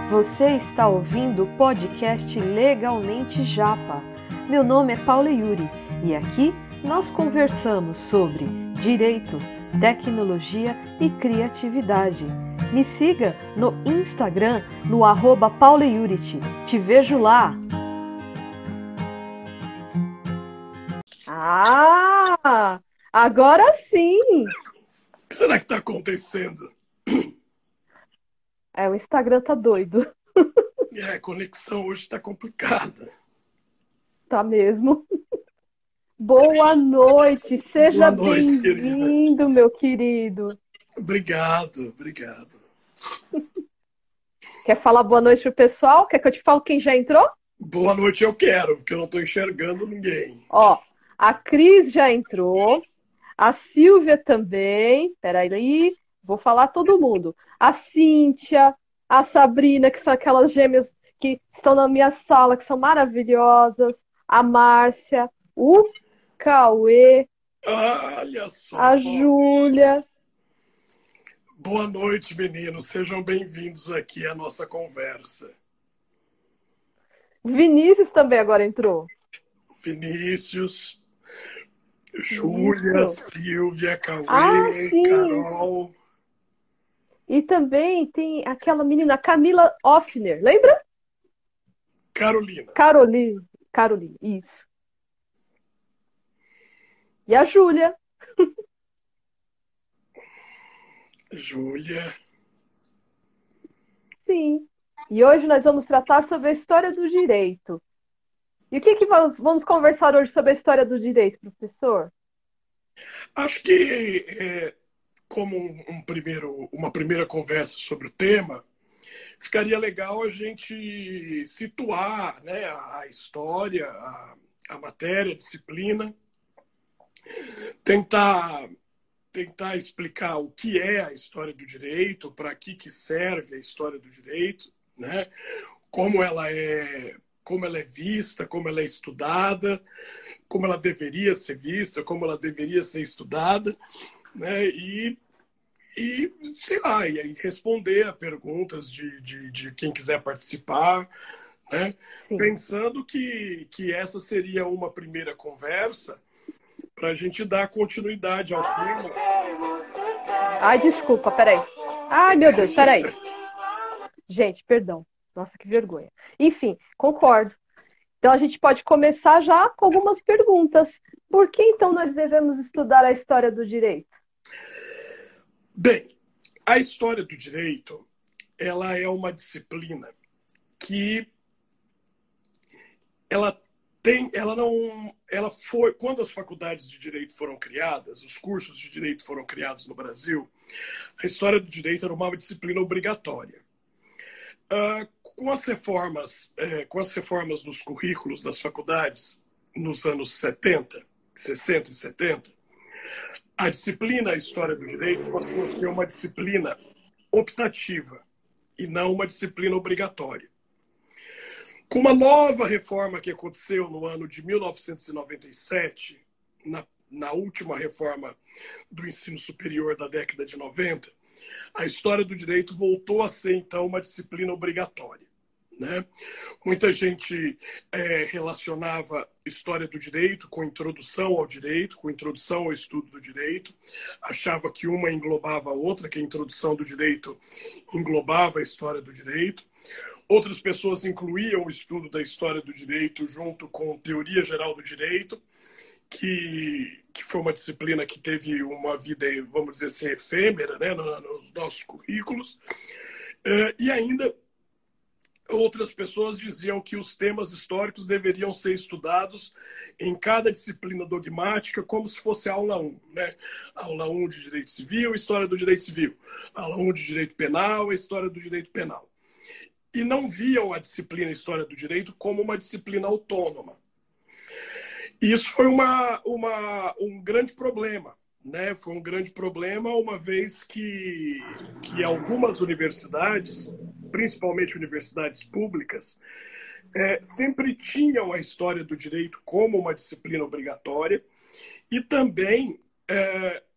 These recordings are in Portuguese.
Você está ouvindo o podcast Legalmente Japa. Meu nome é Paula Yuri e aqui nós conversamos sobre direito, tecnologia e criatividade. Me siga no Instagram no @paulayurity. Te vejo lá! Ah, agora sim! O que será que está acontecendo? O Instagram tá doido. A conexão hoje está complicada. Tá mesmo. Boa noite, seja Boa noite, querida. bem-vindo, meu querido. Obrigado. Quer falar boa noite pro pessoal? Quer que eu te fale quem já entrou? Boa noite eu quero, porque eu não estou enxergando ninguém. Ó, a Cris já entrou, a Silvia também. Peraí, vou falar todo mundo. A Cíntia, a Sabrina, que são aquelas gêmeas que estão na minha sala, que são maravilhosas. A Márcia, o Cauê, Olha só. a Júlia. Boa noite, meninos. Sejam bem-vindos aqui à nossa conversa. Vinícius também agora entrou. Vinícius, Júlia, Isso. Silvia, Ah, Cauê, sim. Carol. E também tem aquela menina, Camila Offner. Lembra? Carolina. Caroline, isso. E a Júlia. Júlia. Sim. E hoje nós vamos tratar sobre a história do direito. E o que vamos conversar hoje sobre a história do direito, professor? Acho que, como uma primeira conversa sobre o tema, ficaria legal a gente situar, né, a história, a matéria, a disciplina, tentar, tentar explicar o que é a história do direito, para que serve a história do direito, né, como como ela é vista, como ela é estudada, como ela deveria ser vista, como ela deveria ser estudada, né, sei lá, e aí responder a perguntas de quem quiser participar, né? Sim. Pensando que essa seria uma primeira conversa para a gente dar continuidade ao tema. Ai, desculpa, peraí. Ai, meu Deus, peraí. Gente, perdão. Nossa, que vergonha. Enfim, concordo. Então a gente pode começar já com algumas perguntas. Por que então nós devemos estudar a história do direito? Bem, a história do direito, ela é uma disciplina que ela ela não, ela foi, quando as faculdades de direito foram criadas, os cursos de direito foram criados no Brasil, a história do direito era uma disciplina obrigatória. Com as reformas nos currículos das faculdades nos anos 70, 60 e 70, a disciplina História do Direito passou a ser uma disciplina optativa e não uma disciplina obrigatória. Com uma nova reforma que aconteceu no ano de 1997, na última reforma do ensino superior da década de 90, a história do direito voltou a ser, então, uma disciplina obrigatória. Né? Muita gente relacionava história do direito com introdução ao direito, com introdução ao estudo do direito, achava que uma englobava a outra, que a introdução do direito englobava a história do direito. Outras pessoas incluíam o estudo da história do direito junto com teoria geral do direito, que foi uma disciplina que teve uma vida, vamos dizer assim, efêmera, né, nos nossos currículos. E ainda outras pessoas diziam que os temas históricos deveriam ser estudados em cada disciplina dogmática como se fosse aula 1. Né? Aula 1 de Direito Civil, História do Direito Civil. Aula 1 de Direito Penal, História do Direito Penal. E não viam a disciplina História do Direito como uma disciplina autônoma. E isso foi um grande problema. Né? Foi um grande problema, uma vez que algumas universidades, principalmente universidades públicas, sempre tinham a história do direito como uma disciplina obrigatória e também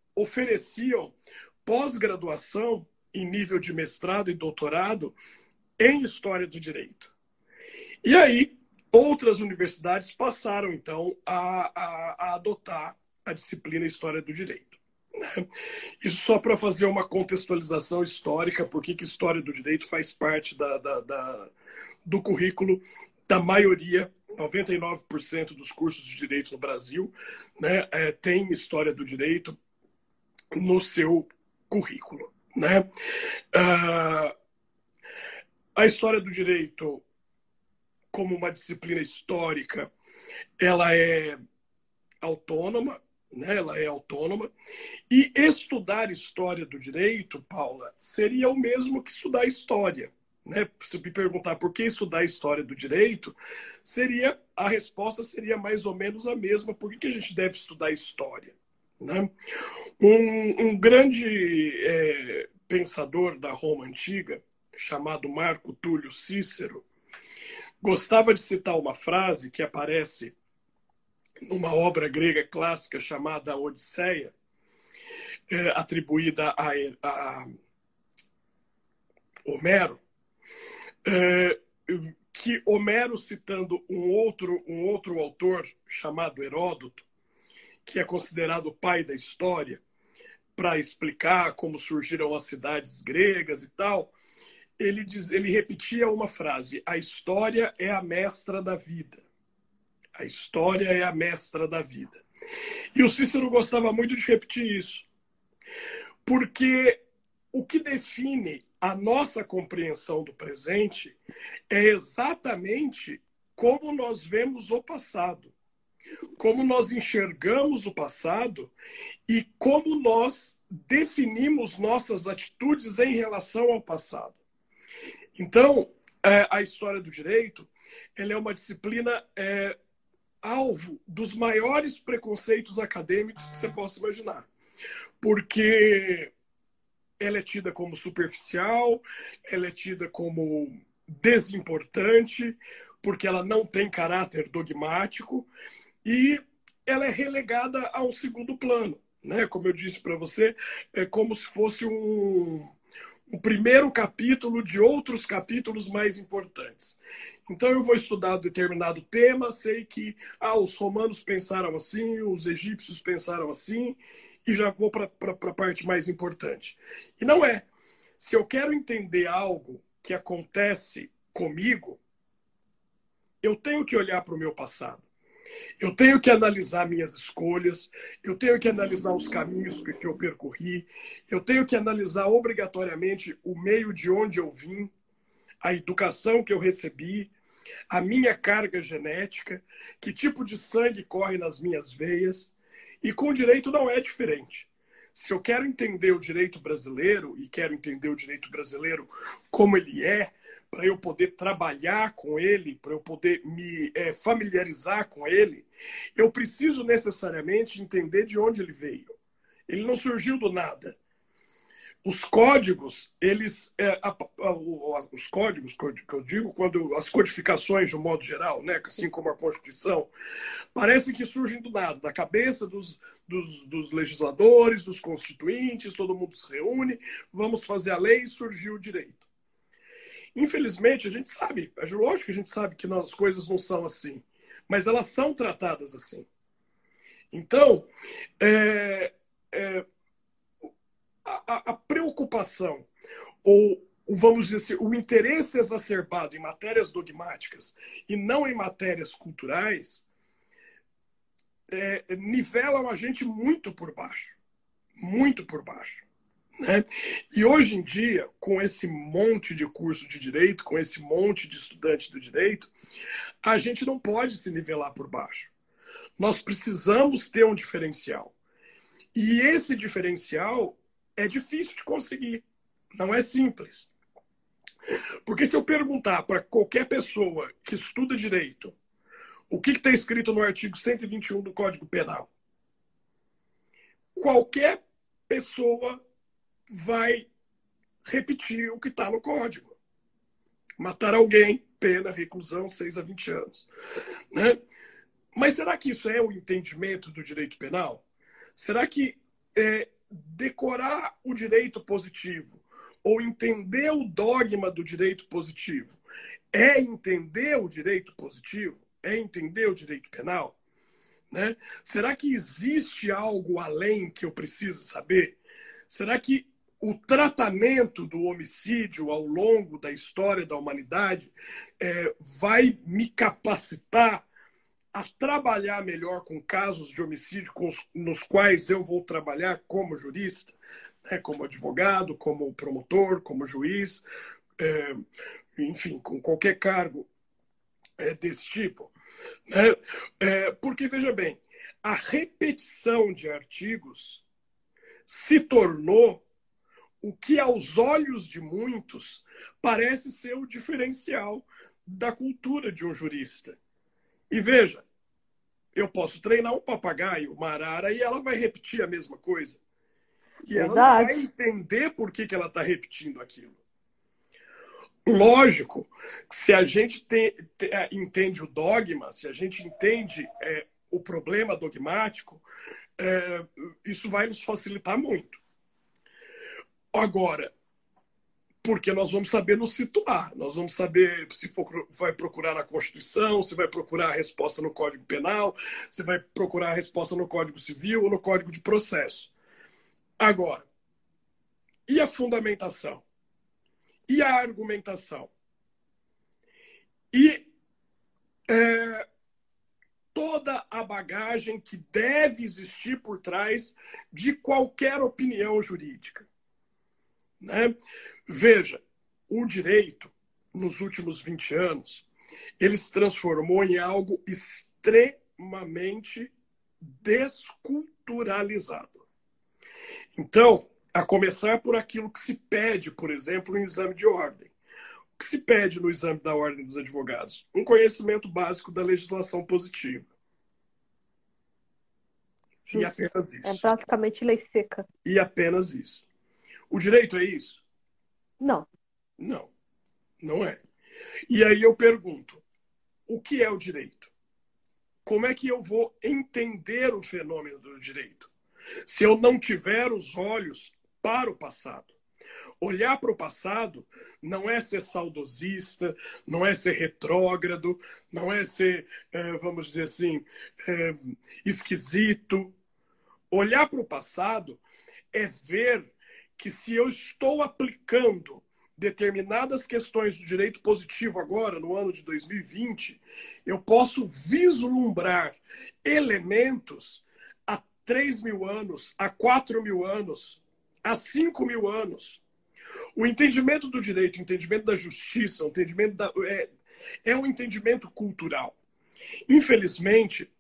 ofereciam pós-graduação em nível de mestrado e doutorado em História do Direito. E aí, outras universidades passaram, então, a adotar a disciplina História do Direito. Isso só para fazer uma contextualização histórica, porque que História do Direito faz parte do currículo da maioria, 99% dos cursos de Direito no Brasil, né, tem História do Direito no seu currículo. Né? A História do Direito, como uma disciplina histórica, ela é autônoma, né? Ela é autônoma. E estudar História do Direito, Paula, seria o mesmo que estudar História. Né? Se me perguntar por que estudar História do Direito, a resposta seria mais ou menos a mesma. Por que a gente deve estudar História? Né? Um grande pensador da Roma Antiga, chamado Marco Túlio Cícero, gostava de citar uma frase que aparece numa obra grega clássica chamada Odisseia, atribuída a Homero, que Homero, citando um outro autor chamado Heródoto, que é considerado o pai da história, para explicar como surgiram as cidades gregas e tal, ele repetia uma frase: a história é a mestra da vida. A história é a mestra da vida. E o Cícero gostava muito de repetir isso, porque o que define a nossa compreensão do presente é exatamente como nós vemos o passado, como nós enxergamos o passado e como nós definimos nossas atitudes em relação ao passado. Então, a história do direito, ela é uma disciplina alvo dos maiores preconceitos acadêmicos que você possa imaginar. Porque ela é tida como superficial, ela é tida como desimportante, porque ela não tem caráter dogmático e ela é relegada a um segundo plano. Né? Como eu disse para você, é como se fosse um primeiro capítulo de outros capítulos mais importantes. Então eu vou estudar determinado tema, sei que os romanos pensaram assim, os egípcios pensaram assim, e já vou para a parte mais importante. E não é. Se eu quero entender algo que acontece comigo, eu tenho que olhar para o meu passado. Eu tenho que analisar minhas escolhas, eu tenho que analisar os caminhos que eu percorri, eu tenho que analisar obrigatoriamente o meio de onde eu vim, a educação que eu recebi, a minha carga genética, que tipo de sangue corre nas minhas veias. E com o direito não é diferente. Se eu quero entender o direito brasileiro, e quero entender o direito brasileiro como ele é, para eu poder trabalhar com ele, para eu poder me familiarizar com ele, eu preciso necessariamente entender de onde ele veio. Ele não surgiu do nada. Os códigos, os códigos que eu digo, quando as codificações de um modo geral, né, assim como a Constituição, parecem que surgem do nada, da cabeça dos legisladores, dos constituintes, todo mundo se reúne, vamos fazer a lei e surgiu o direito. Infelizmente, a gente sabe, é lógico que a gente sabe que as coisas não são assim, mas elas são tratadas assim. Então, a preocupação, ou vamos dizer assim, o interesse exacerbado em matérias dogmáticas e não em matérias culturais, nivelam a gente muito por baixo. Muito por baixo. Né? E hoje em dia, com esse monte de curso de direito, com esse monte de estudante do direito, a gente não pode se nivelar por baixo. Nós precisamos ter um diferencial. E esse diferencial é difícil de conseguir. Não é simples. Porque se eu perguntar para qualquer pessoa que estuda direito o que está escrito no artigo 121 do Código Penal, qualquer pessoa vai repetir o que está no código. Matar alguém, pena, reclusão, 6 a 20 anos. Né? Mas será que isso é o entendimento do direito penal? Será que decorar o direito positivo ou entender o dogma do direito positivo é entender o direito positivo? É entender o direito penal? Né? Será que existe algo além que eu preciso saber? Será que o tratamento do homicídio ao longo da história da humanidade vai me capacitar a trabalhar melhor com casos de homicídio nos quais eu vou trabalhar como jurista, né? Como advogado, como promotor, como juiz, enfim, com qualquer cargo desse tipo? Né? Porque, veja bem, a repetição de artigos se tornou o que, aos olhos de muitos, parece ser o diferencial da cultura de um jurista. E veja, eu posso treinar um papagaio, uma arara, e ela vai repetir a mesma coisa. E ela não vai entender por que ela está repetindo aquilo. Lógico, se a gente entende o dogma, se a gente entende o problema dogmático, isso vai nos facilitar muito. Agora, porque nós vamos saber nos situar, nós vamos saber se vai procurar na Constituição, se vai procurar a resposta no Código Penal, se vai procurar a resposta no Código Civil ou no Código de Processo. Agora, e a fundamentação? E a argumentação? E toda a bagagem que deve existir por trás de qualquer opinião jurídica. Né? Veja, o direito, nos últimos 20 anos, ele se transformou em algo extremamente desculturalizado. Então, a começar por aquilo que se pede, por exemplo, no exame de ordem. O que se pede no exame da Ordem dos Advogados? Um conhecimento básico da legislação positiva. Justo. E apenas isso. É praticamente lei seca. E apenas isso. O direito é isso? Não. Não, não é. E aí eu pergunto, o que é o direito? Como é que eu vou entender o fenômeno do direito? Se eu não tiver os olhos para o passado. Olhar para o passado não é ser saudosista, não é ser retrógrado, não é ser, vamos dizer assim, esquisito. Olhar para o passado é ver que se eu estou aplicando determinadas questões do direito positivo agora, no ano de 2020, eu posso vislumbrar elementos há 3.000 anos, há 4.000 anos, há 5.000 anos. O entendimento do direito, o entendimento da justiça, o entendimento é um entendimento cultural. Infelizmente,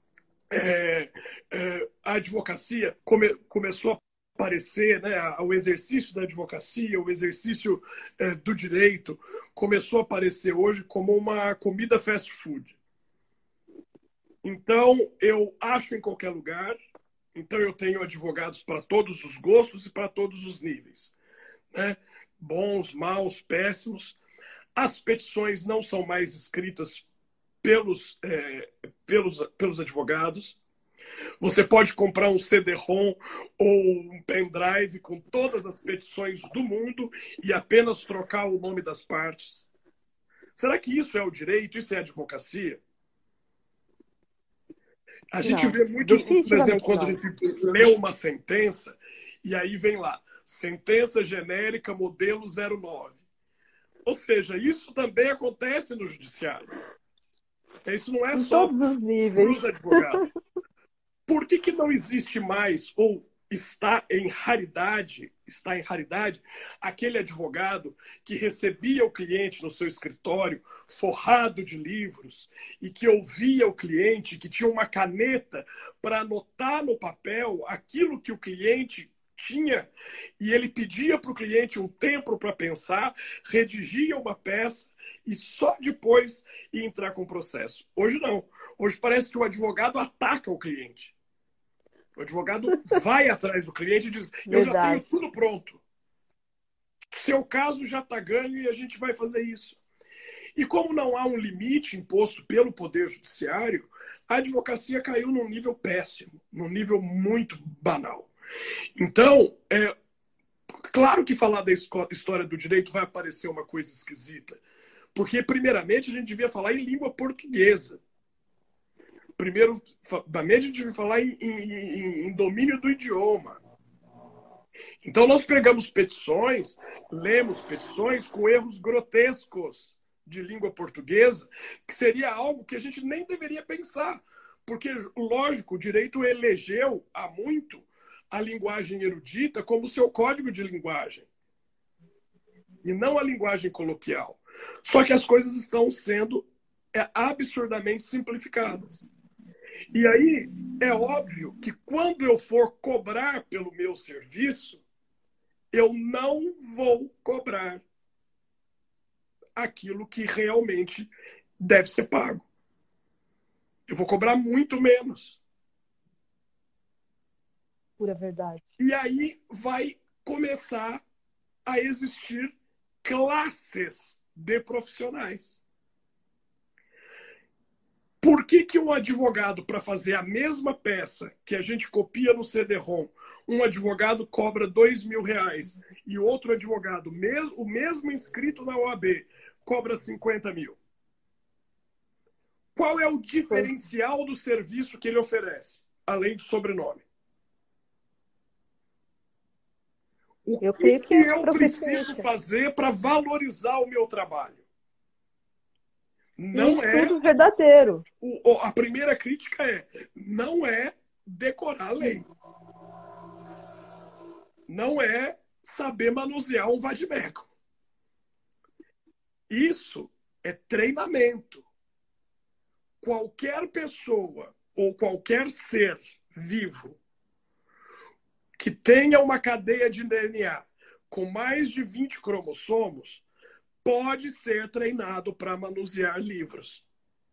a advocacia começou a aparecer, né, o exercício da advocacia, o exercício do direito, começou a aparecer hoje como uma comida fast food. Então, eu acho em qualquer lugar, então eu tenho advogados para todos os gostos e para todos os níveis. Né? Bons, maus, péssimos. As petições não são mais escritas pelos advogados. Você pode comprar um CD-ROM ou um pendrive com todas as petições do mundo e apenas trocar o nome das partes. Será que isso é o direito? Isso é a advocacia? A gente vê muito, por exemplo, quando a gente lê uma sentença e aí vem lá, sentença genérica modelo 09. Ou seja, isso também acontece no judiciário. Isso não é só para os advogados. Por que não existe mais, ou está em raridade, aquele advogado que recebia o cliente no seu escritório, forrado de livros, e que ouvia o cliente, que tinha uma caneta para anotar no papel aquilo que o cliente tinha, e ele pedia para o cliente um tempo para pensar, redigia uma peça e só depois ia entrar com o processo. Hoje não. Hoje parece que o advogado ataca o cliente. O advogado vai atrás do cliente e diz, eu já tenho tudo pronto. Seu caso já está ganho e a gente vai fazer isso. E como não há um limite imposto pelo Poder Judiciário, a advocacia caiu num nível péssimo, num nível muito banal. Então, Claro que falar da história do direito vai parecer uma coisa esquisita, porque, primeiramente, a gente devia falar em língua portuguesa. Primeiramente, a gente devia falar em domínio do idioma. Então, nós pegamos petições, lemos petições com erros grotescos de língua portuguesa, que seria algo que a gente nem deveria pensar. Porque, lógico, o direito elegeu há muito a linguagem erudita como seu código de linguagem, e não a linguagem coloquial. Só que as coisas estão sendo absurdamente simplificadas. E aí, é óbvio que quando eu for cobrar pelo meu serviço, eu não vou cobrar aquilo que realmente deve ser pago. Eu vou cobrar muito menos. Pura verdade. E aí vai começar a existir classes de profissionais. Por que um advogado, para fazer a mesma peça que a gente copia no CD-ROM, um advogado cobra R$2.000 e outro advogado, o mesmo inscrito na OAB, cobra 50 mil? Qual é o diferencial do serviço que ele oferece, além do sobrenome? O que eu preciso fazer para valorizar o meu trabalho? Não é tudo verdadeiro. A primeira crítica não é decorar a lei. Não é saber manusear um vadimeco. Isso é treinamento. Qualquer pessoa ou qualquer ser vivo que tenha uma cadeia de DNA com mais de 20 cromossomos pode ser treinado para manusear livros.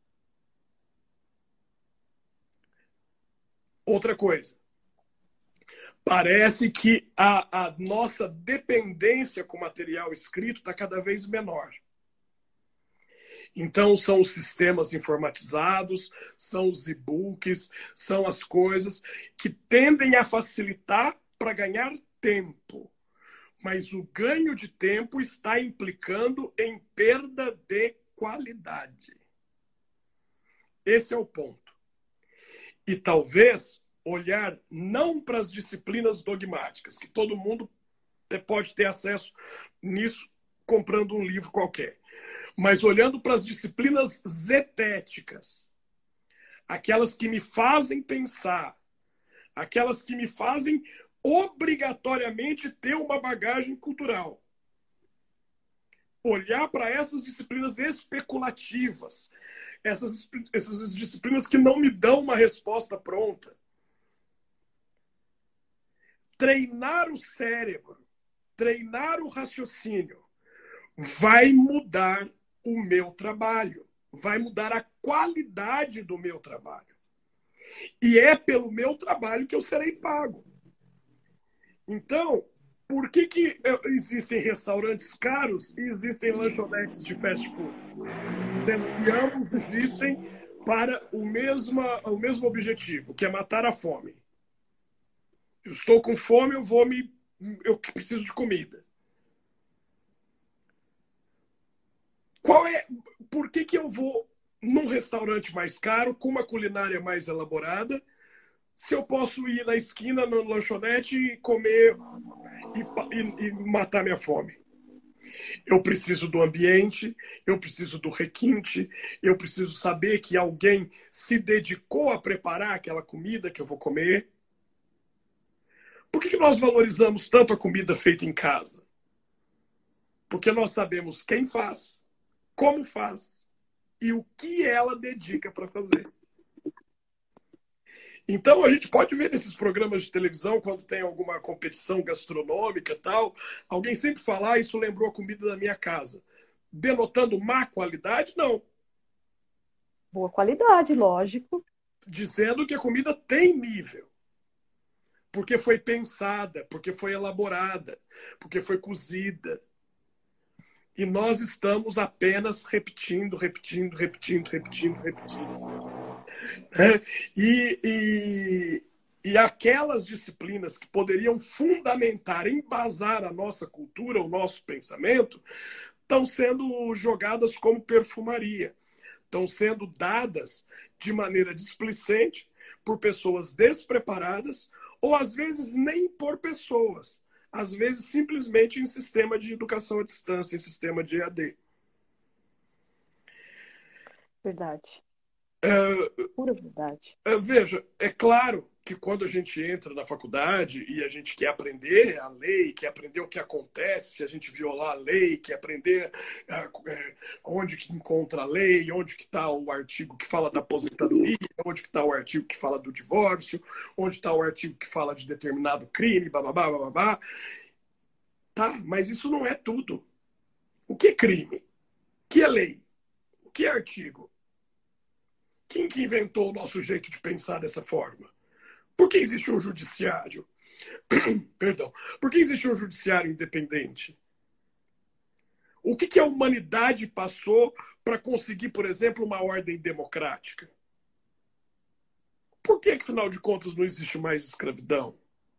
Outra coisa. Parece que a nossa dependência com material escrito está cada vez menor. Então, são os sistemas informatizados, são os e-books, são as coisas que tendem a facilitar para ganhar tempo. Mas o ganho de tempo está implicando em perda de qualidade. Esse é o ponto. E talvez olhar não para as disciplinas dogmáticas, que todo mundo pode ter acesso nisso comprando um livro qualquer, mas olhando para as disciplinas zetéticas, aquelas que me fazem pensar, aquelas que me fazem obrigatoriamente ter uma bagagem cultural. Olhar para essas disciplinas especulativas, essas disciplinas que não me dão uma resposta pronta. Treinar o cérebro, treinar o raciocínio, vai mudar o meu trabalho, vai mudar a qualidade do meu trabalho. E é pelo meu trabalho que eu serei pago. Então, por que existem restaurantes caros e existem lanchonetes de fast food? Sendo que ambos existem para o mesmo objetivo, que é matar a fome. Eu estou com fome, eu preciso de comida. Por que eu vou num restaurante mais caro, com uma culinária mais elaborada, se eu posso ir na esquina, no lanchonete, e comer e matar minha fome? Eu preciso do ambiente, eu preciso do requinte, eu preciso saber que alguém se dedicou a preparar aquela comida que eu vou comer. Por que nós valorizamos tanto a comida feita em casa? Porque nós sabemos quem faz, como faz e o que ela dedica para fazer. Então, a gente pode ver nesses programas de televisão, quando tem alguma competição gastronômica e tal, alguém sempre fala, isso lembrou a comida da minha casa. Denotando má qualidade? Não. Boa qualidade, lógico. Dizendo que a comida tem nível. Porque foi pensada, porque foi elaborada, porque foi cozida. E nós estamos apenas repetindo. E aquelas disciplinas que poderiam fundamentar, embasar a nossa cultura, o nosso pensamento, estão sendo jogadas como perfumaria. Estão sendo dadas de maneira displicente por pessoas despreparadas, ou às vezes nem por pessoas. Às vezes simplesmente em sistema de educação à distância, em sistema de EAD. Verdade. Pura verdade. Veja, é claro que quando a gente entra na faculdade e a gente quer aprender a lei, quer aprender o que acontece se a gente violar a lei, quer aprender onde que encontra a lei, onde que está o artigo que fala da aposentadoria, onde que está o artigo que fala do divórcio, onde está o artigo que fala de determinado crime, bababá, bababá. Tá, mas isso não é tudo. O que é crime? O que é lei? O que é artigo? Quem que inventou o nosso jeito de pensar dessa forma? Por que existe um judiciário? Perdão. Por que existe um judiciário independente? O que a humanidade passou para conseguir, por exemplo, uma ordem democrática? Por que, afinal de contas, não existe mais escravidão?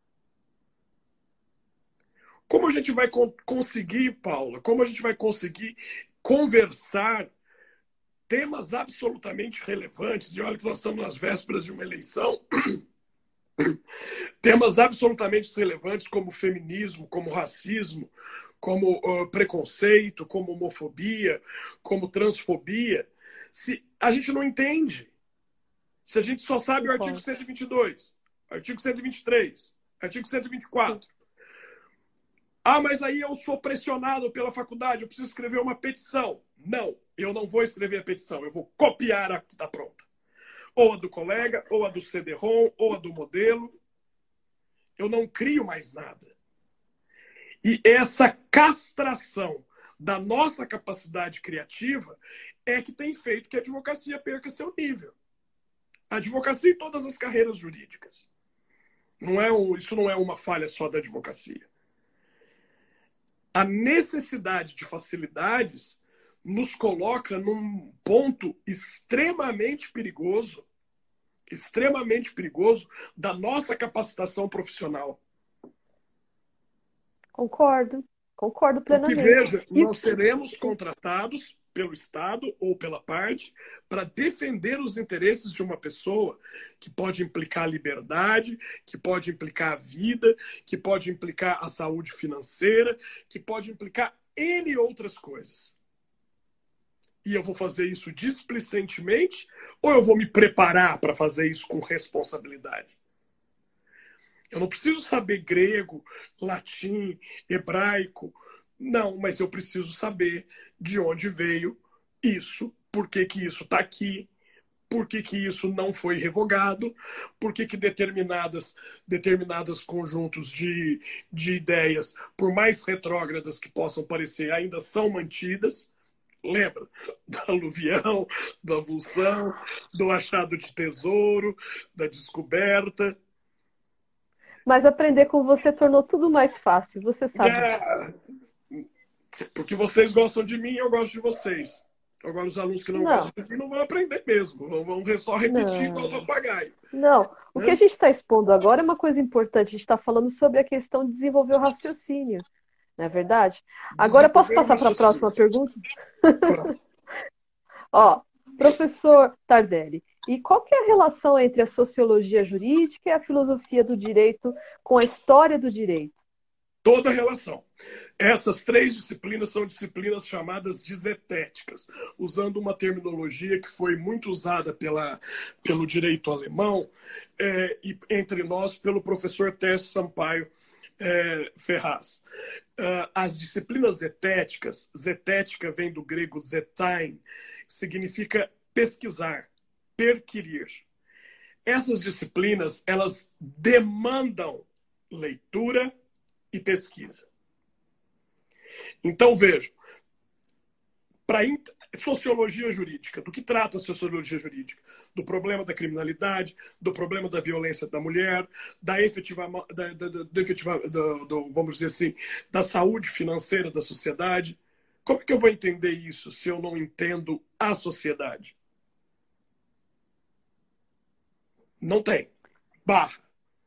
Como a gente vai conseguir, Paula, como a gente vai conseguir conversar temas absolutamente relevantes, e olha que nós estamos nas vésperas de uma eleição, temas absolutamente relevantes como feminismo, como racismo, como preconceito, como homofobia, como transfobia, se a gente não entende, se a gente só sabe o artigo 122, artigo 123, artigo 124. Ah, mas aí eu sou pressionado pela faculdade, eu preciso escrever uma petição. Não, eu não vou escrever a petição, eu vou copiar a que está pronta. Ou a do colega, ou a do CD-ROM, ou a do modelo. Eu não crio mais nada. E essa castração da nossa capacidade criativa é que tem feito que a advocacia perca seu nível. A advocacia e todas as carreiras jurídicas. Isso não é uma falha só da advocacia. A necessidade de facilidades nos coloca num ponto extremamente perigoso da nossa capacitação profissional. Concordo Porque, plenamente. veja, nós seremos contratados pelo Estado ou pela parte para defender os interesses de uma pessoa que pode implicar a liberdade, que pode implicar a vida, que pode implicar a saúde financeira, que pode implicar N outras coisas. E eu vou fazer isso displicentemente ou eu vou me preparar para fazer isso com responsabilidade? Eu não preciso saber grego, latim, hebraico. Não, mas eu preciso saber de onde veio isso, por que isso está aqui, por que isso não foi revogado, por que determinadas conjuntos de ideias, por mais retrógradas que possam parecer, ainda são mantidas. Lembra do aluvião, da avulsão, do achado de tesouro, da descoberta. Mas aprender com você tornou tudo mais fácil, você sabe disso. Porque vocês gostam de mim e eu gosto de vocês. Agora, os alunos que não gostam de mim não vão aprender mesmo. Vão só repetir igual o papagaio. Não, o que a gente está expondo agora é uma coisa importante. A gente está falando sobre a questão de desenvolver o raciocínio, não é verdade? Agora, posso passar para a próxima pergunta? Ó, professor Tardelli, e qual que é a relação entre a sociologia jurídica e a filosofia do direito com a história do direito? Toda a relação. Essas três disciplinas são disciplinas chamadas de zetéticas, usando uma terminologia que foi muito usada pelo direito alemão e entre nós pelo professor Tércio Sampaio Ferraz. As disciplinas zetéticas, zetética vem do grego zetain, significa pesquisar, perquirir. Essas disciplinas, elas demandam leitura e pesquisa. Então, veja, para sociologia jurídica, do que trata a sociologia jurídica? Do problema da criminalidade, do problema da violência da mulher, vamos dizer assim, da saúde financeira da sociedade. Como é que eu vou entender isso se eu não entendo a sociedade? Não tem. Barra.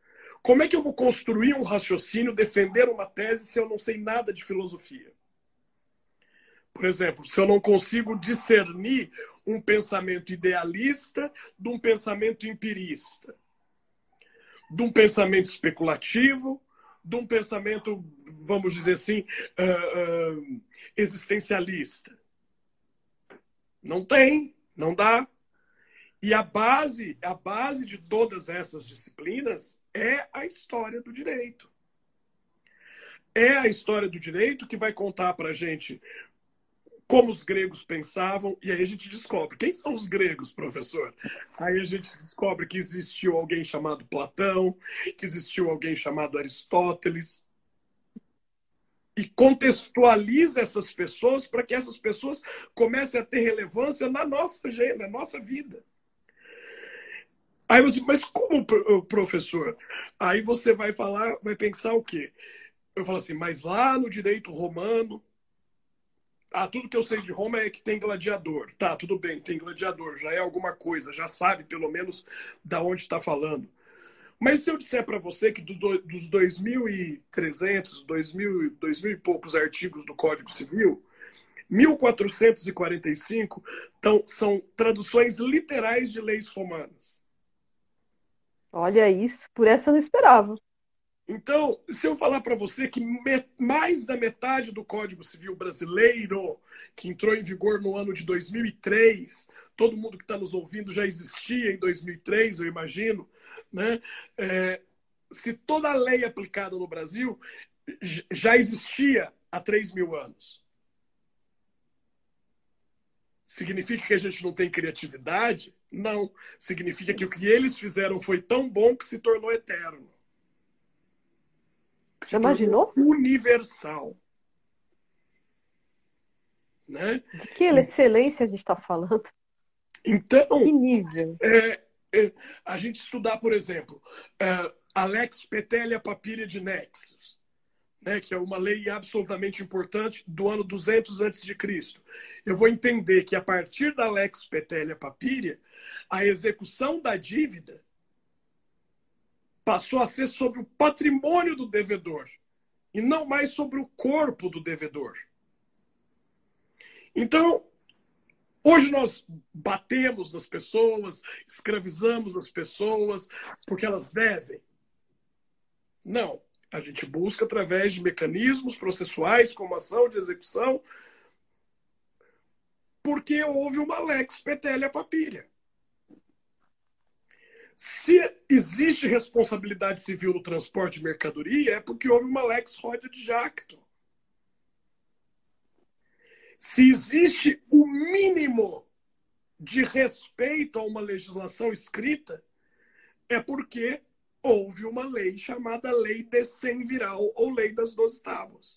Como é que eu vou construir um raciocínio, defender uma tese, se eu não sei nada de filosofia? Por exemplo, se eu não consigo discernir um pensamento idealista de um pensamento empirista, de um pensamento especulativo, de um pensamento, vamos dizer assim, existencialista. Não tem, não dá. E a base de todas essas disciplinas é a história do direito. É a história do direito que vai contar para a gente como os gregos pensavam, e aí a gente descobre. Quem são os gregos, professor? Aí a gente descobre que existiu alguém chamado Platão, que existiu alguém chamado Aristóteles, e contextualiza essas pessoas para que essas pessoas comecem a ter relevância na nossa vida. Aí você, mas como, professor? Aí você vai pensar o quê? Eu falo assim, mas lá no direito romano, tudo que eu sei de Roma é que tem gladiador. Tá, tudo bem, tem gladiador, já é alguma coisa, já sabe pelo menos da onde está falando. Mas se eu disser para você que dos 2.300, 2.000 e poucos artigos do Código Civil, 1.445 são traduções literais de leis romanas. Olha isso, por essa eu não esperava. Então, se eu falar para você que mais da metade do Código Civil brasileiro, que entrou em vigor no ano de 2003, todo mundo que está nos ouvindo já existia em 2003, eu imagino, né? Se toda a lei aplicada no Brasil já existia há 3.000 anos. Significa que a gente não tem criatividade? Não. Significa que o que eles fizeram foi tão bom que se tornou eterno. Já imaginou? Universal. Né? De que excelência a gente está falando? Então, que nível? A gente estudar, por exemplo, a Lex Petelia Papiria de Nexus, né, que é uma lei absolutamente importante do ano 200 a.C. Eu vou entender que a partir da Lex Petelia Papiria, a execução da dívida passou a ser sobre o patrimônio do devedor e não mais sobre o corpo do devedor. Então, hoje nós batemos nas pessoas, escravizamos as pessoas porque elas devem. Não. A gente busca através de mecanismos processuais, como ação de execução, porque houve uma Lex Petelia Papiria. Se existe responsabilidade civil no transporte de mercadoria, é porque houve uma Lex Rodia de Jacto. Se existe o mínimo de respeito a uma legislação escrita, é porque houve uma lei chamada Lei Decemviral ou Lei das 12 Tábuas.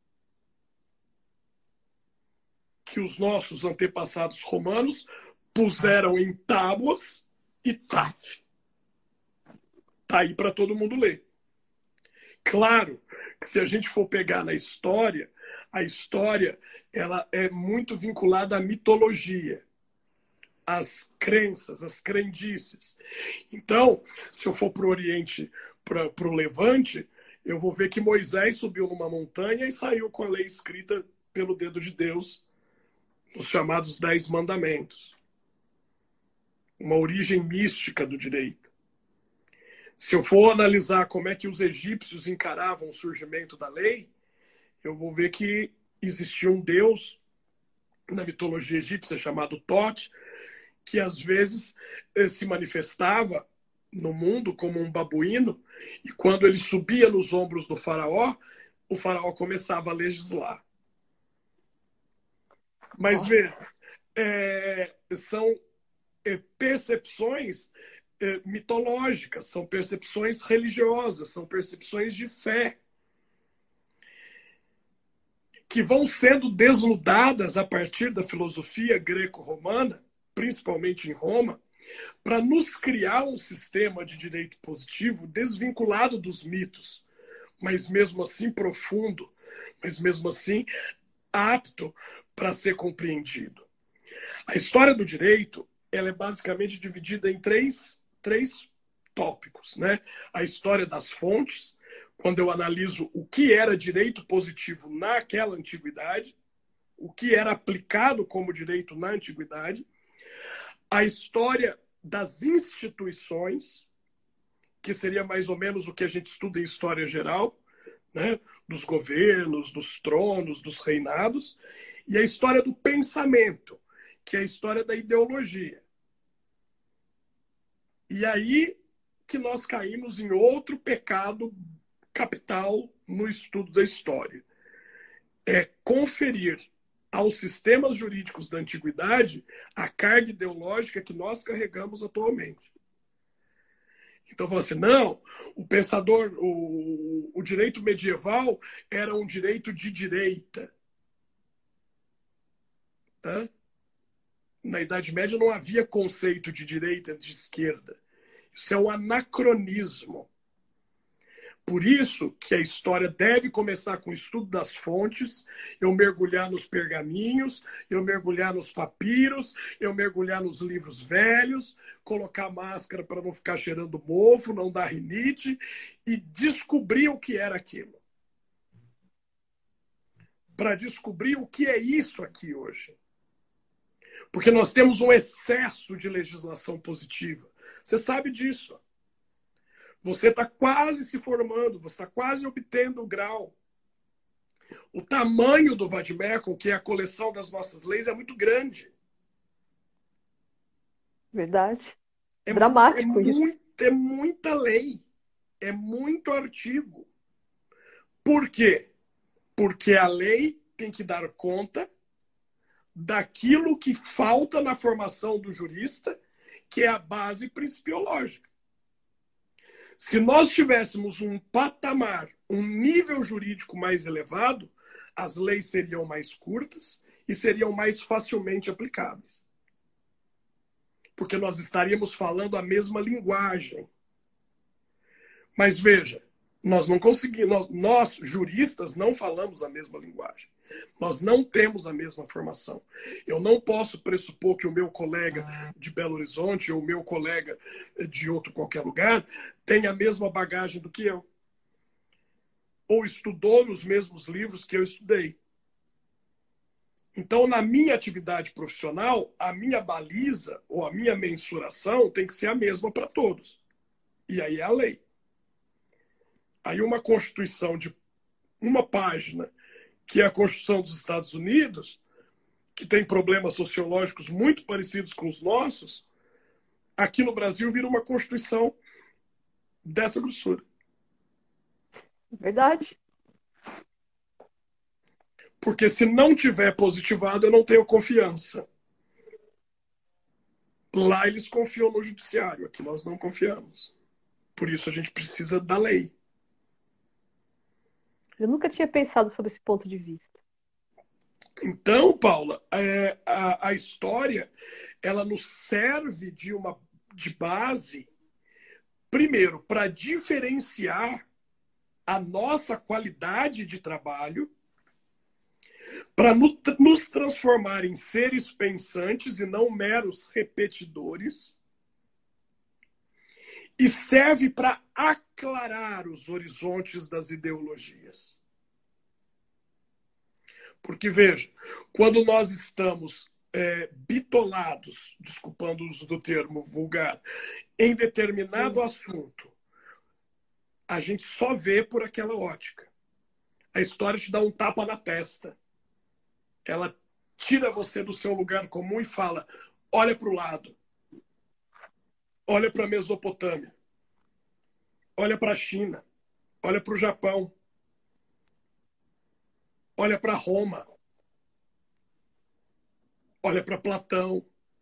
Que os nossos antepassados romanos puseram em tábuas e taf. Tá aí para todo mundo ler. Claro que se a gente for pegar na história, a história ela é muito vinculada à mitologia, às crenças, às crendices. Então, se eu for para o Oriente, para o Levante, eu vou ver que Moisés subiu numa montanha e saiu com a lei escrita pelo dedo de Deus, os chamados 10 mandamentos. Uma origem mística do direito. Se eu for analisar como é que os egípcios encaravam o surgimento da lei, eu vou ver que existia um deus na mitologia egípcia chamado Thoth, que às vezes se manifestava no mundo como um babuíno, e quando ele subia nos ombros do faraó, o faraó começava a legislar. Mas veja, são percepções mitológicas, são percepções religiosas, são percepções de fé, que vão sendo desnudadas a partir da filosofia greco-romana, principalmente em Roma, para nos criar um sistema de direito positivo desvinculado dos mitos, mas mesmo assim profundo, mas mesmo assim apto para ser compreendido. A história do direito ela é basicamente dividida em três tópicos, né? A história das fontes, quando eu analiso o que era direito positivo naquela antiguidade, o que era aplicado como direito na antiguidade, a história das instituições, que seria mais ou menos o que a gente estuda em história geral, né? Dos governos, dos tronos, dos reinados, e a história do pensamento, que é a história da ideologia. E aí que nós caímos em outro pecado capital no estudo da história. É conferir aos sistemas jurídicos da antiguidade a carga ideológica que nós carregamos atualmente. Então, fala assim, não, o pensador, o direito medieval era um direito de direita. Tá? Na Idade Média não havia conceito de direita e de esquerda. Isso é um anacronismo. Por isso que a história deve começar com o estudo das fontes, eu mergulhar nos pergaminhos, eu mergulhar nos papiros, eu mergulhar nos livros velhos, colocar máscara para não ficar cheirando mofo, não dar rinite, e descobrir o que era aquilo. Para descobrir o que é isso aqui hoje. Porque nós temos um excesso de legislação positiva. Você sabe disso. Você está quase se formando, você está quase obtendo o grau. O tamanho do Vademecum, que é a coleção das nossas leis, é muito grande. Verdade. Dramático isso. É muita lei. É muito artigo. Por quê? Porque a lei tem que dar conta daquilo que falta na formação do jurista, que é a base principiológica. Se nós tivéssemos um patamar, um nível jurídico mais elevado, as leis seriam mais curtas e seriam mais facilmente aplicáveis. Porque nós estaríamos falando a mesma linguagem. Mas veja, nós não conseguimos, nós juristas não falamos a mesma linguagem. Nós não temos a mesma formação. Eu não posso pressupor que o meu colega de Belo Horizonte ou o meu colega de outro qualquer lugar tenha a mesma bagagem do que eu. Ou estudou nos mesmos livros que eu estudei. Então, na minha atividade profissional, a minha baliza ou a minha mensuração tem que ser a mesma para todos. E aí é a lei. Aí uma Constituição de uma página, que é a Constituição dos Estados Unidos, que tem problemas sociológicos muito parecidos com os nossos, aqui no Brasil vira uma Constituição dessa grossura. Verdade. Porque se não tiver positivado, eu não tenho confiança. Lá eles confiam no judiciário, aqui nós não confiamos. Por isso a gente precisa da lei. Eu nunca tinha pensado sobre esse ponto de vista. Então, Paula, a história ela nos serve de base, primeiro, para diferenciar a nossa qualidade de trabalho, para nos transformar em seres pensantes e não meros repetidores, e serve para aclarar os horizontes das ideologias. Porque, veja, quando nós estamos bitolados, desculpando o uso do termo vulgar, em determinado assunto, a gente só vê por aquela ótica. A história te dá um tapa na testa. Ela tira você do seu lugar comum e fala, olha para o lado. Olha para a Mesopotâmia. Olha para a China. Olha para o Japão. Olha para Roma. Olha para Platão.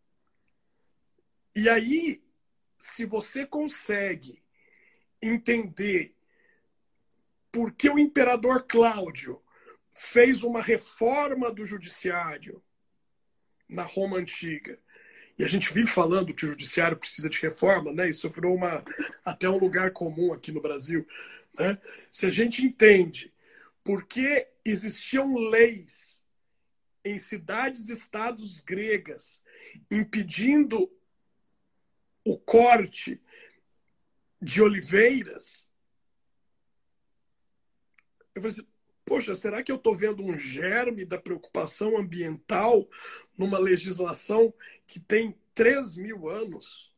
E aí, se você consegue entender por que o imperador Cláudio fez uma reforma do judiciário na Roma Antiga, e a gente vive falando que o judiciário precisa de reforma, né? Isso virou até um lugar comum aqui no Brasil. Né? Se a gente entende por que existiam leis em cidades-estados gregas impedindo o corte de oliveiras. Eu falei assim, poxa, será que eu estou vendo um germe da preocupação ambiental numa legislação que tem 3.000 anos?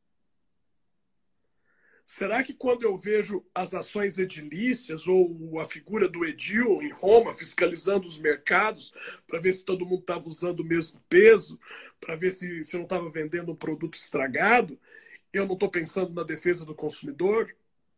Será que quando eu vejo as ações edilícias ou a figura do edil em Roma fiscalizando os mercados para ver se todo mundo estava usando o mesmo peso, para ver se eu não estava vendendo um produto estragado, eu não estou pensando na defesa do consumidor?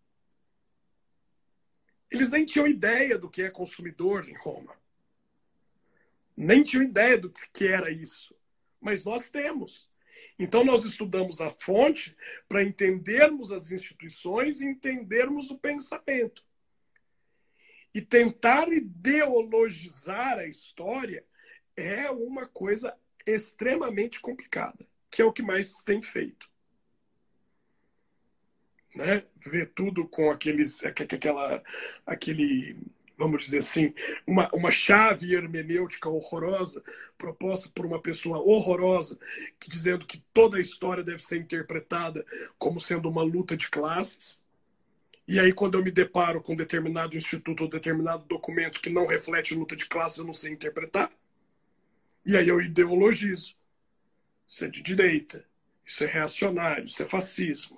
Eles nem tinham ideia do que é consumidor em Roma. Nem tinham ideia do que era isso. Mas nós temos. Então, nós estudamos a fonte para entendermos as instituições e entendermos o pensamento. E tentar ideologizar a história é uma coisa extremamente complicada, que é o que mais se tem feito. Né? Ver tudo com aquele, vamos dizer assim, uma chave hermenêutica horrorosa, proposta por uma pessoa horrorosa, dizendo que toda a história deve ser interpretada como sendo uma luta de classes. E aí, quando eu me deparo com determinado instituto ou determinado documento que não reflete luta de classes, eu não sei interpretar. E aí eu ideologizo. Isso é de direita, isso é reacionário, isso é fascismo.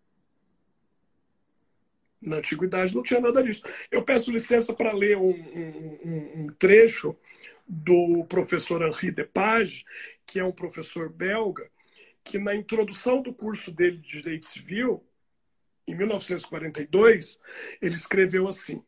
Na antiguidade não tinha nada disso. Eu peço licença para ler um trecho do professor Henri Depage, que é um professor belga, que na introdução do curso dele de Direito Civil, em 1942, ele escreveu assim: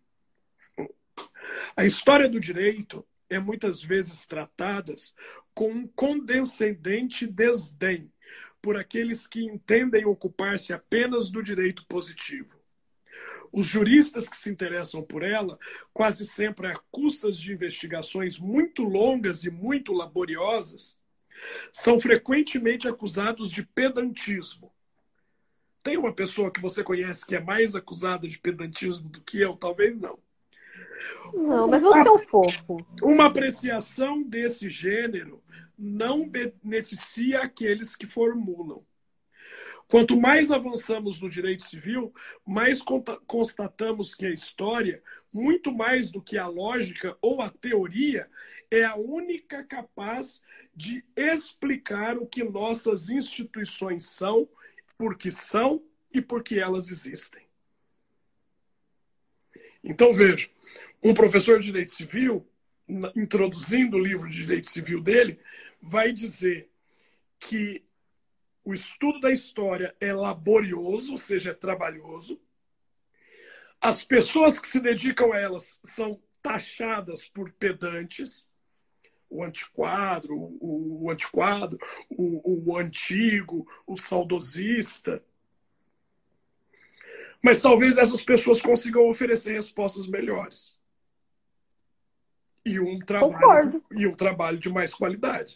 a história do direito é muitas vezes tratada com um condescendente desdém por aqueles que entendem ocupar-se apenas do direito positivo. Os juristas que se interessam por ela, quase sempre a custas de investigações muito longas e muito laboriosas, são frequentemente acusados de pedantismo. Tem uma pessoa que você conhece que é mais acusada de pedantismo do que eu? Talvez não. Não, mas você é um fofo. Uma apreciação desse gênero não beneficia aqueles que formulam. Quanto mais avançamos no direito civil, mais constatamos que a história, muito mais do que a lógica ou a teoria, é a única capaz de explicar o que nossas instituições são e por que elas existem. Então, veja, um professor de direito civil, introduzindo o livro de direito civil dele, vai dizer que o estudo da história é laborioso, ou seja, é trabalhoso. As pessoas que se dedicam a elas são taxadas por pedantes, o antiquado, o antigo, o saudosista. Mas talvez essas pessoas consigam oferecer respostas melhores. E um trabalho de mais qualidade.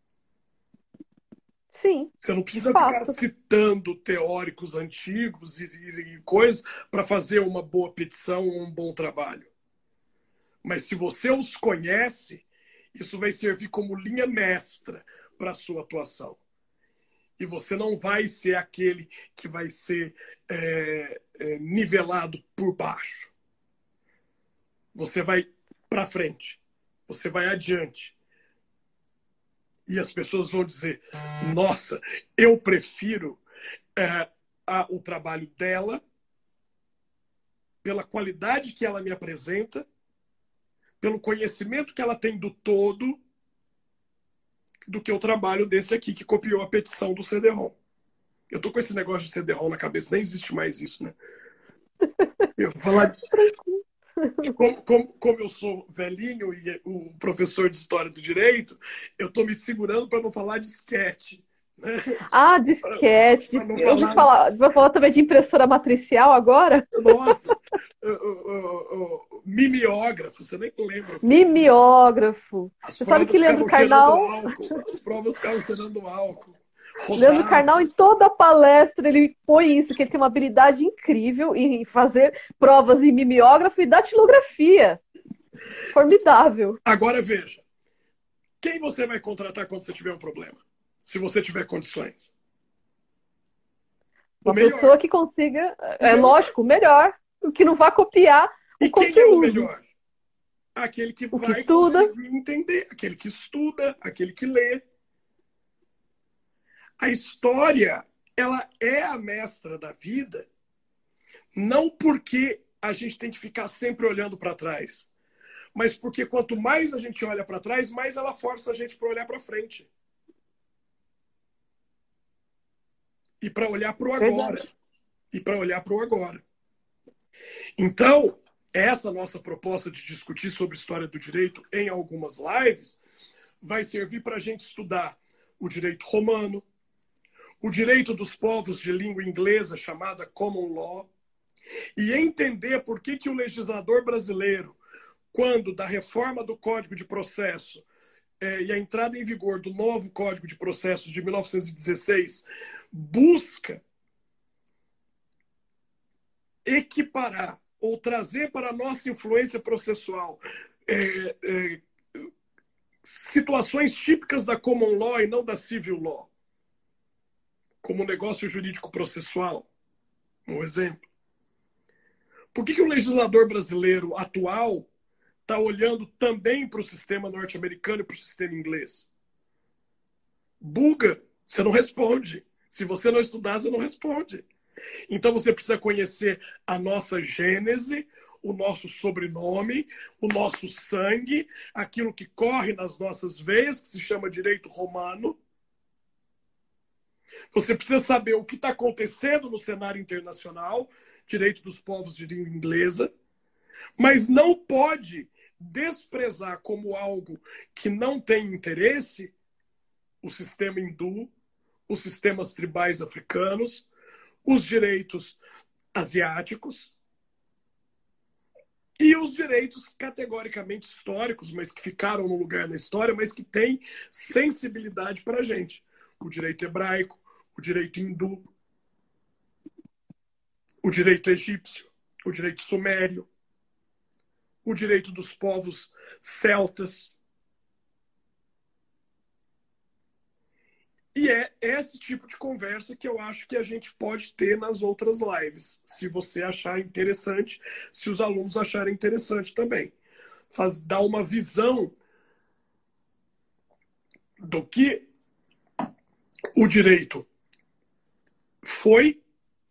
Sim. Você não precisa ficar citando teóricos antigos e coisas para fazer uma boa petição ou um bom trabalho. Mas se você os conhece, isso vai servir como linha mestra para a sua atuação. E você não vai ser aquele que vai ser nivelado por baixo. Você vai para frente. Você vai adiante. E as pessoas vão dizer, nossa, eu prefiro o trabalho dela pela qualidade que ela me apresenta, pelo conhecimento que ela tem do todo, do que o trabalho desse aqui, que copiou a petição do CD-ROM. Eu tô com esse negócio de CD-ROM na cabeça, nem existe mais isso, né? Eu vou falar... Como eu sou velhinho e um professor de História do Direito, eu estou me segurando para não falar disquete. Né? Ah, disquete. Eu vou falar também de impressora matricial agora? Nossa, mimeógrafo, você nem lembra. Mimeógrafo. Você sabe que Leandro Carnal... As provas ficavam cheirando álcool. Leandro Carnal, em toda a palestra, ele põe isso, que ele tem uma habilidade incrível em fazer provas em mimeógrafo e datilografia. Formidável. Agora veja, quem você vai contratar quando você tiver um problema? Se você tiver condições. O Uma pessoa melhor. que consiga, O é melhor. lógico, o melhor, o que não vai copiar o E quem é o conteúdo. melhor? Aquele que O que vai estuda. conseguir entender, aquele que estuda, aquele que lê. A história, ela é a mestra da vida, não porque a gente tem que ficar sempre olhando para trás, mas porque quanto mais a gente olha para trás, mais ela força a gente para olhar para frente e para olhar para o agora Verdade. e para olhar para o agora. Então, essa nossa proposta de discutir sobre história do direito em algumas lives vai servir para a gente estudar o direito romano, o direito dos povos de língua inglesa, chamada common law, e entender por que o legislador brasileiro, quando da reforma do Código de Processo e a entrada em vigor do novo Código de Processo de 1916, busca equiparar ou trazer para a nossa influência processual situações típicas da common law e não da civil law, como negócio jurídico processual, um exemplo. Por que o legislador brasileiro atual está olhando também para o sistema norte-americano e para o sistema inglês? Buga, você não responde. Se você não estudar, você não responde. Então você precisa conhecer a nossa gênese, o nosso sobrenome, o nosso sangue, aquilo que corre nas nossas veias, que se chama direito romano. Você precisa saber o que está acontecendo no cenário internacional, direito dos povos de língua inglesa, mas não pode desprezar como algo que não tem interesse o sistema hindu, os sistemas tribais africanos, os direitos asiáticos e os direitos categoricamente históricos, mas que ficaram no lugar na história, mas que têm sensibilidade para a gente. O direito hebraico, o direito hindu, o direito egípcio, o direito sumério, o direito dos povos celtas. E é esse tipo de conversa que eu acho que a gente pode ter nas outras lives, se você achar interessante, se os alunos acharem interessante também. Dar uma visão do que o direito foi,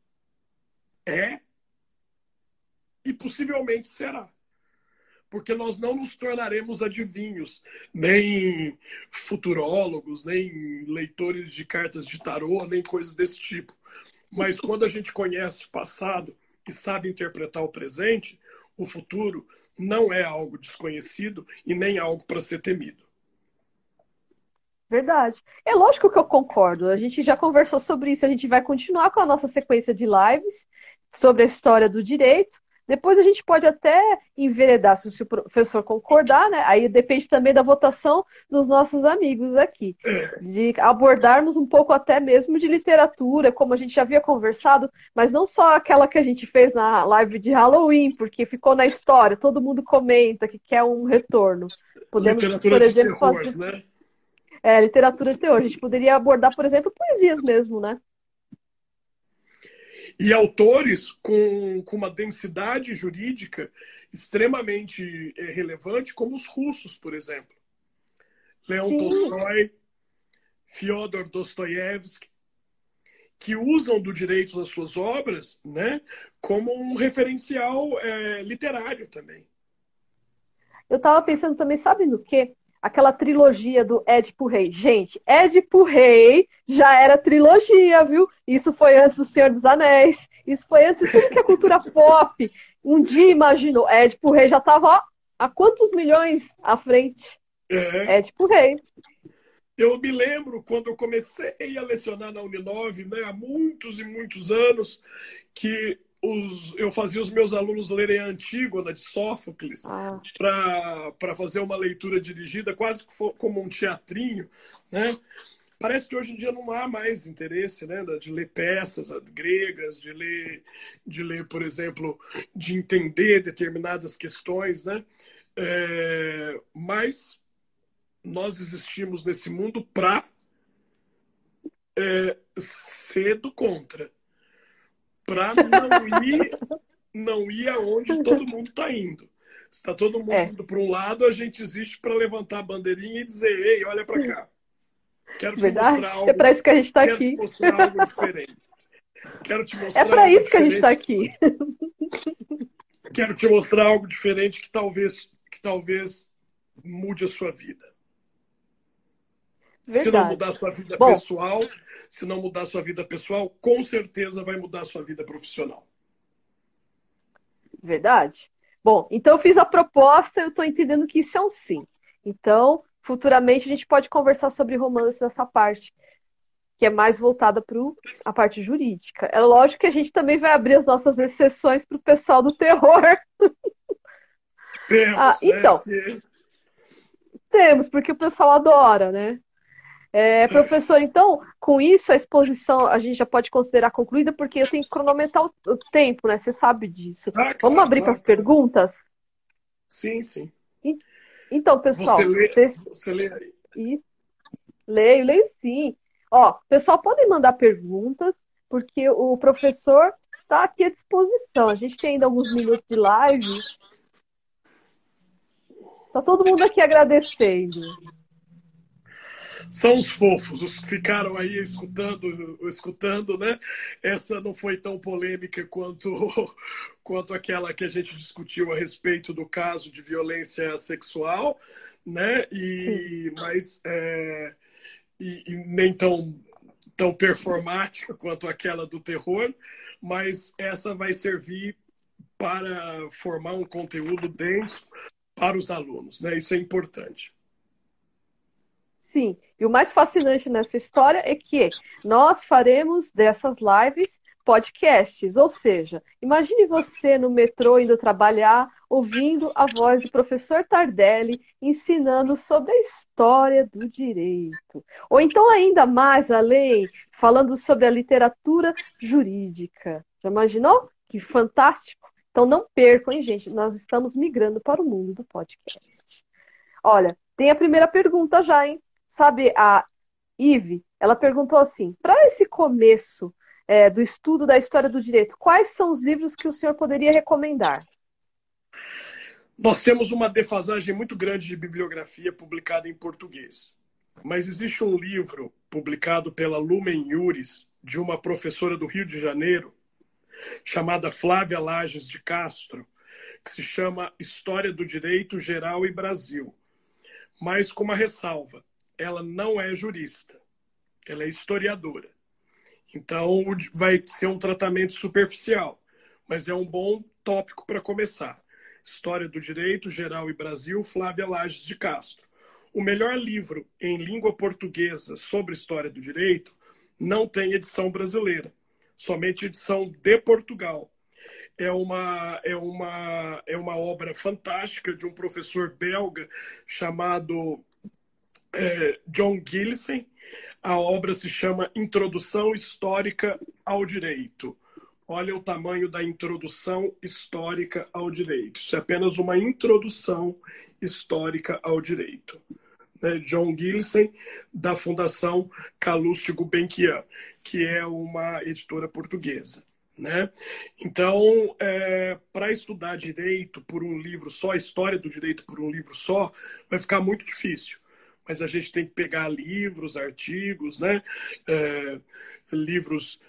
é e possivelmente será. Porque nós não nos tornaremos adivinhos, nem futurólogos, nem leitores de cartas de tarô, nem coisas desse tipo. Mas quando a gente conhece o passado e sabe interpretar o presente, o futuro não é algo desconhecido e nem algo para ser temido. Verdade. É lógico que eu concordo. A gente já conversou sobre isso. A gente vai continuar com a nossa sequência de lives sobre a história do direito. Depois a gente pode até enveredar, se o professor concordar, né? Aí depende também da votação dos nossos amigos aqui. De abordarmos um pouco até mesmo de literatura, como a gente já havia conversado, mas não só aquela que a gente fez na live de Halloween, porque ficou na história, todo mundo comenta que quer um retorno. Podemos, Literatura por de exemplo, terror, fazer né? literatura de teor. A gente poderia abordar, por exemplo, poesias mesmo, né? E autores com uma densidade jurídica extremamente relevante, como os russos, por exemplo. Leon Sim, Tolstói, Fyodor Dostoiévski, que usam do direito nas suas obras, né, como um referencial literário também. eu tava pensando também, sabe no quê? Aquela trilogia do Édipo Rei. Gente, Édipo Rei já era trilogia, viu? Isso foi antes do Senhor dos Anéis. Isso foi antes de tudo que é cultura pop. Um dia imaginou, Édipo Rei já tava, ó, há quantos milhões à frente? É, Édipo Rei. eu me lembro quando eu comecei a lecionar na Uninove, né, há muitos e muitos anos, que eu fazia os meus alunos lerem a Antígona de Sófocles Ah, para fazer uma leitura dirigida, quase como um teatrinho, né? Parece que hoje em dia não há mais interesse, né, de ler peças gregas, de ler, por exemplo, de entender determinadas questões, né? Mas nós existimos nesse mundo para ser do contra. para não ir aonde todo mundo está indo. Se está todo mundo indo para um lado, a gente existe para levantar a bandeirinha e dizer: ei, olha para cá. Quero te Verdade? mostrar É algo, para isso que a gente está quero te aqui. mostrar algo diferente. Quero te É mostrar para algo isso que a gente está diferente. aqui. Quero te mostrar algo diferente que talvez mude a sua vida. Se não mudar a Verdade. sua vida Bom, pessoal, se não mudar a sua vida pessoal, com certeza vai mudar a sua vida profissional. verdade. Bom, então eu fiz a proposta, eu estou entendendo que isso é um sim. Então, futuramente a gente pode conversar sobre romance nessa parte, que é mais voltada para a parte jurídica. É lógico que a gente também vai abrir as nossas exceções para o pessoal do terror. Temos, né? Então, temos, porque o pessoal adora, né? Professor, então, com isso a exposição a gente já pode considerar concluída, porque eu tenho que cronometrar o tempo, né? Você sabe disso. Vamos Claro, abrir para claro, as claro. perguntas? Sim, sim. E- Então, Você pessoal, lê, vocês... você lê aí. leio sim. Ó, pessoal, podem mandar perguntas, porque o professor está aqui à disposição. A gente tem ainda alguns minutos de live. Tá todo mundo aqui agradecendo. São os fofos, os que ficaram aí escutando, né? Essa não foi tão polêmica quanto aquela que a gente discutiu a respeito do caso de violência sexual, né? Sim. E nem tão performática quanto aquela do terror, mas essa vai servir para formar um conteúdo denso para os alunos, né? Isso é importante. Sim, e o mais fascinante nessa história é que nós faremos dessas lives podcasts, ou seja, imagine você no metrô indo trabalhar, ouvindo a voz do professor Tardelli ensinando sobre a história do direito. Ou então, ainda mais além, falando sobre a literatura jurídica. Já imaginou? Que fantástico! Então não percam, hein, gente? Nós estamos migrando para o mundo do podcast. Olha, tem a primeira pergunta já, hein? Sabe, a Ive, ela perguntou assim: para esse começo do estudo da história do direito, quais são os livros que o senhor poderia recomendar? Nós temos uma defasagem muito grande de bibliografia publicada em português. Mas existe um livro publicado pela Lumen Iuris, de uma professora do Rio de Janeiro, chamada Flávia Lages de Castro, que se chama História do Direito Geral e Brasil. Mas com uma ressalva: ela não é jurista, ela é historiadora. Então vai ser um tratamento superficial, mas é um bom tópico para começar. História do Direito Geral e Brasil, Flávia Lages de Castro. O melhor livro em língua portuguesa sobre história do direito não tem edição brasileira, somente edição de Portugal. É uma obra fantástica de um professor belga chamado John Gilson. A obra se chama Introdução Histórica ao Direito. Olha o tamanho da introdução histórica ao direito. Isso é apenas uma introdução histórica ao direito. John Gilson, da Fundação Calouste Gulbenkian, que é uma editora portuguesa. Né? Então, para estudar direito por um livro só, história do direito por um livro só, vai ficar muito difícil. Mas a gente tem que pegar livros, artigos, né? Livros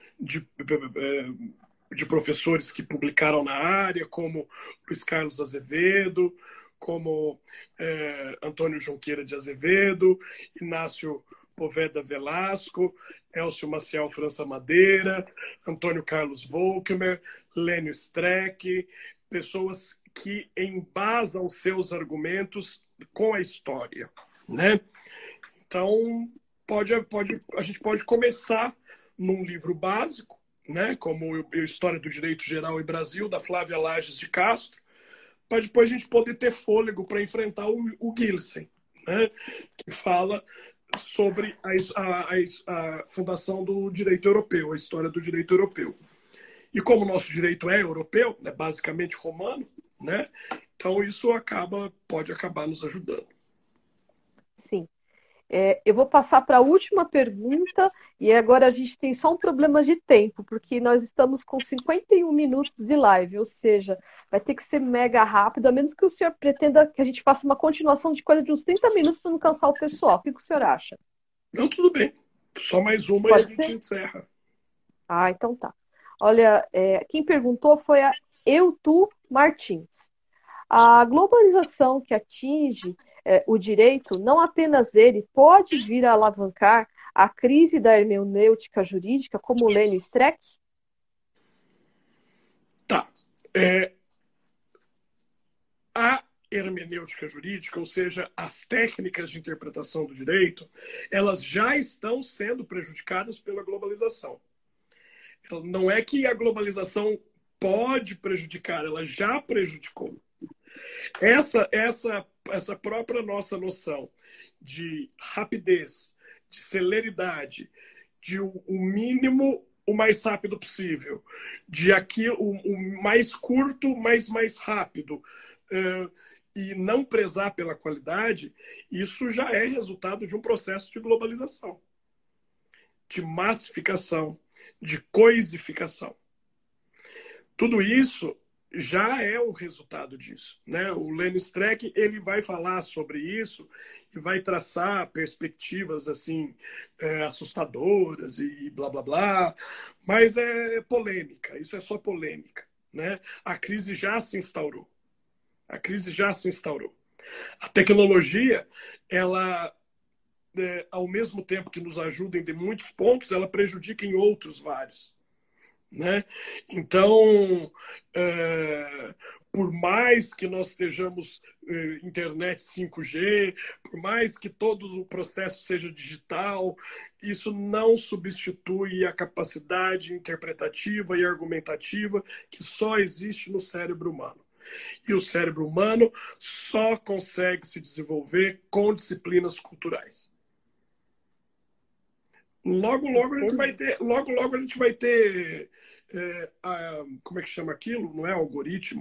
de professores que publicaram na área, como Luiz Carlos Azevedo, como Antônio Junqueira de Azevedo, Inácio Poveda Velasco, Elcio Maciel França Madeira, Antônio Carlos Volkmer, Lênio Streck, pessoas que embasam seus argumentos com a história. Né? Então, a gente pode começar num livro básico, né? Como História do Direito Geral e Brasil, da Flávia Lages de Castro, para depois a gente poder ter fôlego para enfrentar o Gilson, né? Que fala sobre a fundação do direito europeu, a história do direito europeu. E como o nosso direito é europeu, né, basicamente romano, né? Então isso pode acabar nos ajudando. Sim. Eu vou passar para a última pergunta e agora a gente tem só um problema de tempo, porque nós estamos com 51 minutos de live, ou seja, vai ter que ser mega rápido, a menos que o senhor pretenda que a gente faça uma continuação de coisa de uns 30 minutos para não cansar o pessoal. O que o senhor acha? Não, tudo bem. Só mais uma e a Pode gente ser? encerra. Ah, então tá. Olha, quem perguntou foi a Eutu Martins. A globalização que atinge o direito, não apenas ele, pode vir a alavancar a crise da hermenêutica jurídica, como o Lênio Streck? Tá. A hermenêutica jurídica, ou seja, as técnicas de interpretação do direito, elas já estão sendo prejudicadas pela globalização. Não é que a globalização pode prejudicar, ela já prejudicou. Essa própria nossa noção de rapidez, de celeridade, de o mínimo o mais rápido possível, de aqui o mais curto, mas mais rápido, e não prezar pela qualidade, isso já é resultado de um processo de globalização, de massificação, de coisificação. Tudo isso já é um resultado disso, né? O Lênio Streck, ele vai falar sobre isso e vai traçar perspectivas assim assustadoras e blá blá blá, mas é polêmica, isso é só polêmica, né? A crise já se instaurou. A crise já se instaurou. A tecnologia, ela ao mesmo tempo que nos ajuda em muitos pontos, ela prejudica em outros vários. Né? Então, por mais que nós estejamos internet 5G, por mais que todo o processo seja digital, isso não substitui a capacidade interpretativa e argumentativa que só existe no cérebro humano. E o cérebro humano só consegue se desenvolver com disciplinas culturais. Logo, logo a gente vai ter, como é que chama aquilo? Não é algoritmo,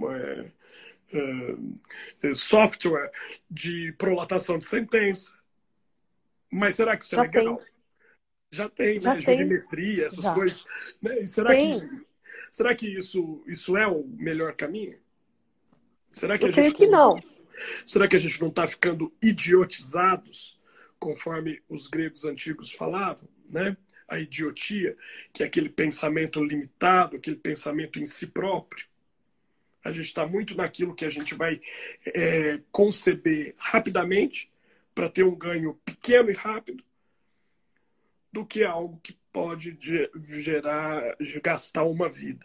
software de prolatação de sentença. Mas será que isso é Já legal? tem, Já tem, já né? tem, Jurimetria, essas já. coisas. Né? E Tem. será que isso é o melhor caminho? Será que Eu creio que não. será que a gente não está ficando idiotizados, conforme os gregos antigos falavam, né? A idiotia, que é aquele pensamento limitado, aquele pensamento em si próprio. A gente está muito naquilo que a gente vai conceber rapidamente para ter um ganho pequeno e rápido, do que algo que pode gastar uma vida.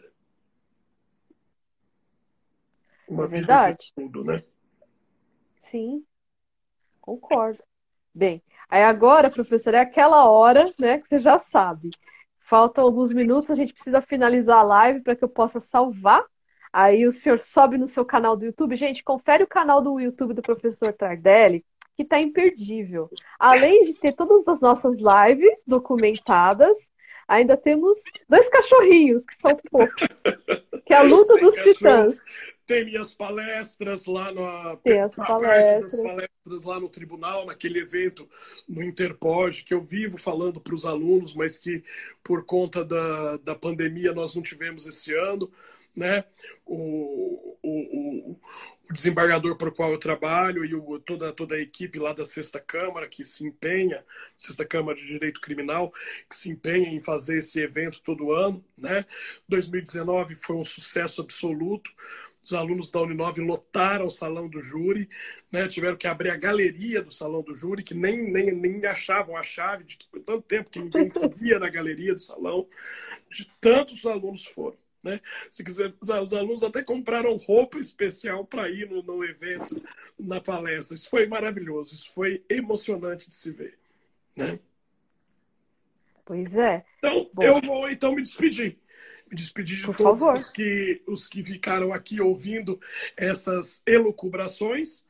Uma É vida de verdade? tudo, né? Sim, concordo. Bem, aí agora, professor, é aquela hora, né, que você já sabe. Faltam alguns minutos, a gente precisa finalizar a live para que eu possa salvar. Aí o senhor sobe no seu canal do YouTube. Gente, confere o canal do YouTube do professor Tardelli, que está imperdível. Além de ter todas as nossas lives documentadas, ainda temos dois cachorrinhos, que são fofos, que é a luta dos titãs. Tem minhas palestras lá Tem as a parte das palestras. palestras lá no tribunal, naquele evento no Interpod, que eu vivo falando para os alunos, mas que por conta da pandemia nós não tivemos esse ano, né? O desembargador por qual eu trabalho e toda a equipe lá da Sexta Câmara que se empenha, Sexta Câmara de Direito Criminal, que se empenha em fazer esse evento todo ano, né? 2019 foi um sucesso absoluto. Os alunos da Uninove lotaram o salão do júri, né? Tiveram que abrir a galeria do salão do júri, que nem achavam a chave, de tanto tempo que ninguém subia na galeria do salão, de tantos alunos foram. Né? Se quiser, os alunos até compraram roupa especial para ir no evento, na palestra. Isso foi maravilhoso, isso foi emocionante de se ver. Né? Pois é. Então, Bom, eu vou então me despedir. Me despedir de por todos favor. os que ficaram aqui ouvindo essas elucubrações.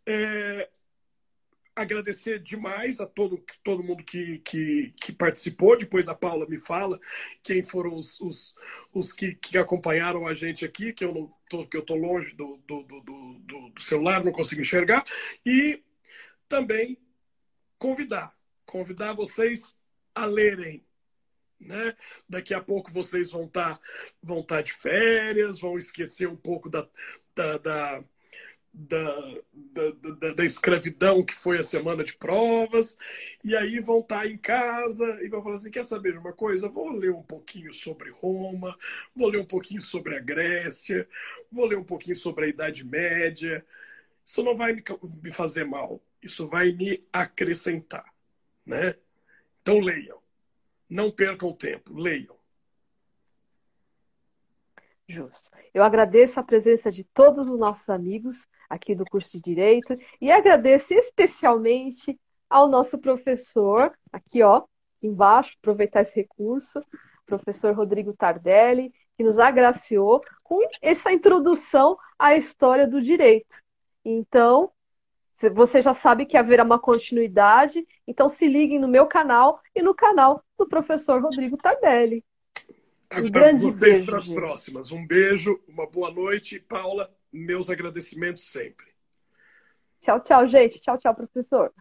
Agradecer demais a todo mundo que participou. Depois a Paula me fala quem foram os que acompanharam a gente aqui, que eu tô longe do celular, não consigo enxergar. E também convidar convidar vocês a lerem, né? Daqui a pouco vocês vão tá de férias, vão esquecer um pouco da escravidão que foi a semana de provas, e aí vão estar em casa e vão falar assim, quer saber de uma coisa? Vou ler um pouquinho sobre Roma, vou ler um pouquinho sobre a Grécia, vou ler um pouquinho sobre a Idade Média. Isso não vai me fazer mal, isso vai me acrescentar, né? Então leiam, não percam tempo, leiam. Justo. Eu agradeço a presença de todos os nossos amigos aqui do curso de Direito e agradeço especialmente ao nosso professor, aqui ó, embaixo, aproveitar esse recurso, professor Rodrigo Tardelli, que nos agraciou com essa introdução à história do direito. Então, você já sabe que haverá uma continuidade, então se liguem no meu canal e no canal do professor Rodrigo Tardelli. Aguardo vocês para as próximas. Um beijo, uma boa noite. Paula, meus agradecimentos sempre. Tchau, tchau, gente. Tchau, tchau, professor.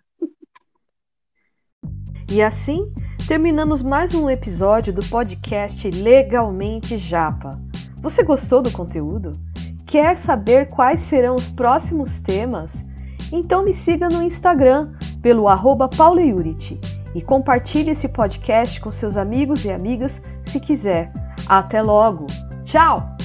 E assim, terminamos mais um episódio do podcast Legalmente Japa. Você gostou do conteúdo? Quer saber quais serão os próximos temas? Então me siga no Instagram pelo @paulayuriti e compartilhe esse podcast com seus amigos e amigas se quiser. Até logo! Tchau!